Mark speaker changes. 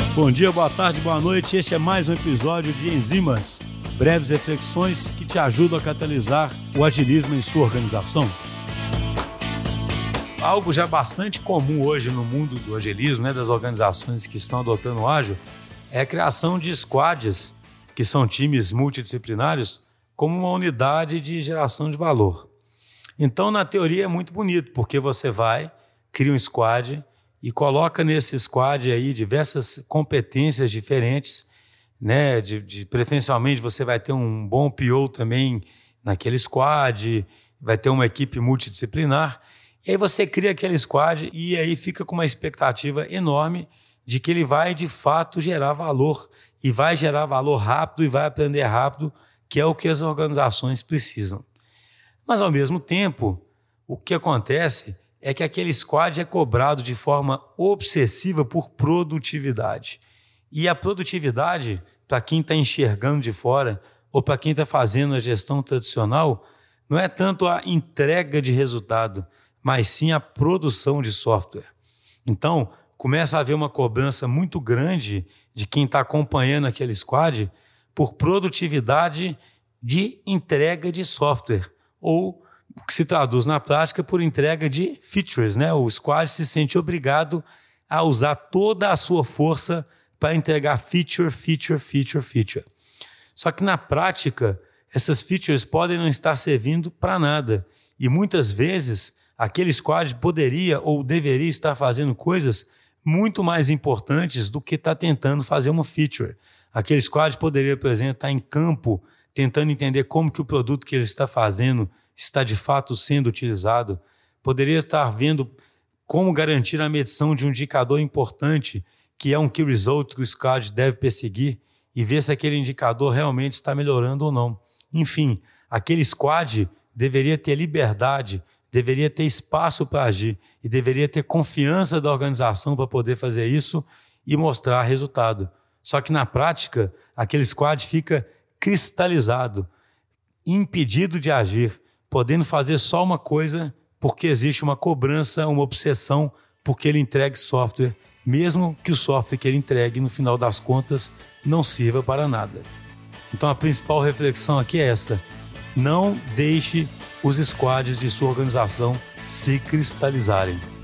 Speaker 1: Bom dia, boa tarde, boa noite. Este é mais um episódio de Enzimas, breves reflexões que te ajudam a catalisar o agilismo em sua organização. Algo já bastante comum hoje no mundo do agilismo, das organizações que estão adotando o ágil, é a criação de squads, que são times multidisciplinares, como uma unidade de geração de valor. Então, na teoria, é muito bonito, porque você cria um squad e coloca nesse squad aí diversas competências diferentes, preferencialmente você vai ter um bom PO também naquele squad, vai ter uma equipe multidisciplinar, e aí você cria aquele squad e aí fica com uma expectativa enorme de que ele vai de fato gerar valor, e vai gerar valor rápido e vai aprender rápido, que é o que as organizações precisam. Mas, ao mesmo tempo, o que acontece é que aquele squad é cobrado de forma obsessiva por produtividade. E a produtividade, para quem está enxergando de fora ou para quem está fazendo a gestão tradicional, não é tanto a entrega de resultado, mas sim a produção de software. Então, começa a haver uma cobrança muito grande de quem está acompanhando aquele squad por produtividade de entrega de software, ou o que se traduz na prática por entrega de features. O squad se sente obrigado a usar toda a sua força para entregar feature. Só que na prática, essas features podem não estar servindo para nada. E muitas vezes, aquele squad poderia ou deveria estar fazendo coisas muito mais importantes do que está tentando fazer uma feature. Aquele squad poderia, por exemplo, estar em campo tentando entender como que o produto que ele está fazendo está de fato sendo utilizado. Poderia estar vendo como garantir a medição de um indicador importante, que é um key result que o squad deve perseguir, e ver se aquele indicador realmente está melhorando ou não. Enfim, aquele squad deveria ter liberdade, deveria ter espaço para agir e deveria ter confiança da organização para poder fazer isso e mostrar resultado. Só que na prática, aquele squad fica cristalizado, impedido de agir, podendo fazer só uma coisa porque existe uma cobrança, uma obsessão porque ele entregue software, mesmo que o software que ele entregue, no final das contas, não sirva para nada. Então a principal reflexão aqui é essa: não deixe os squads de sua organização se cristalizarem.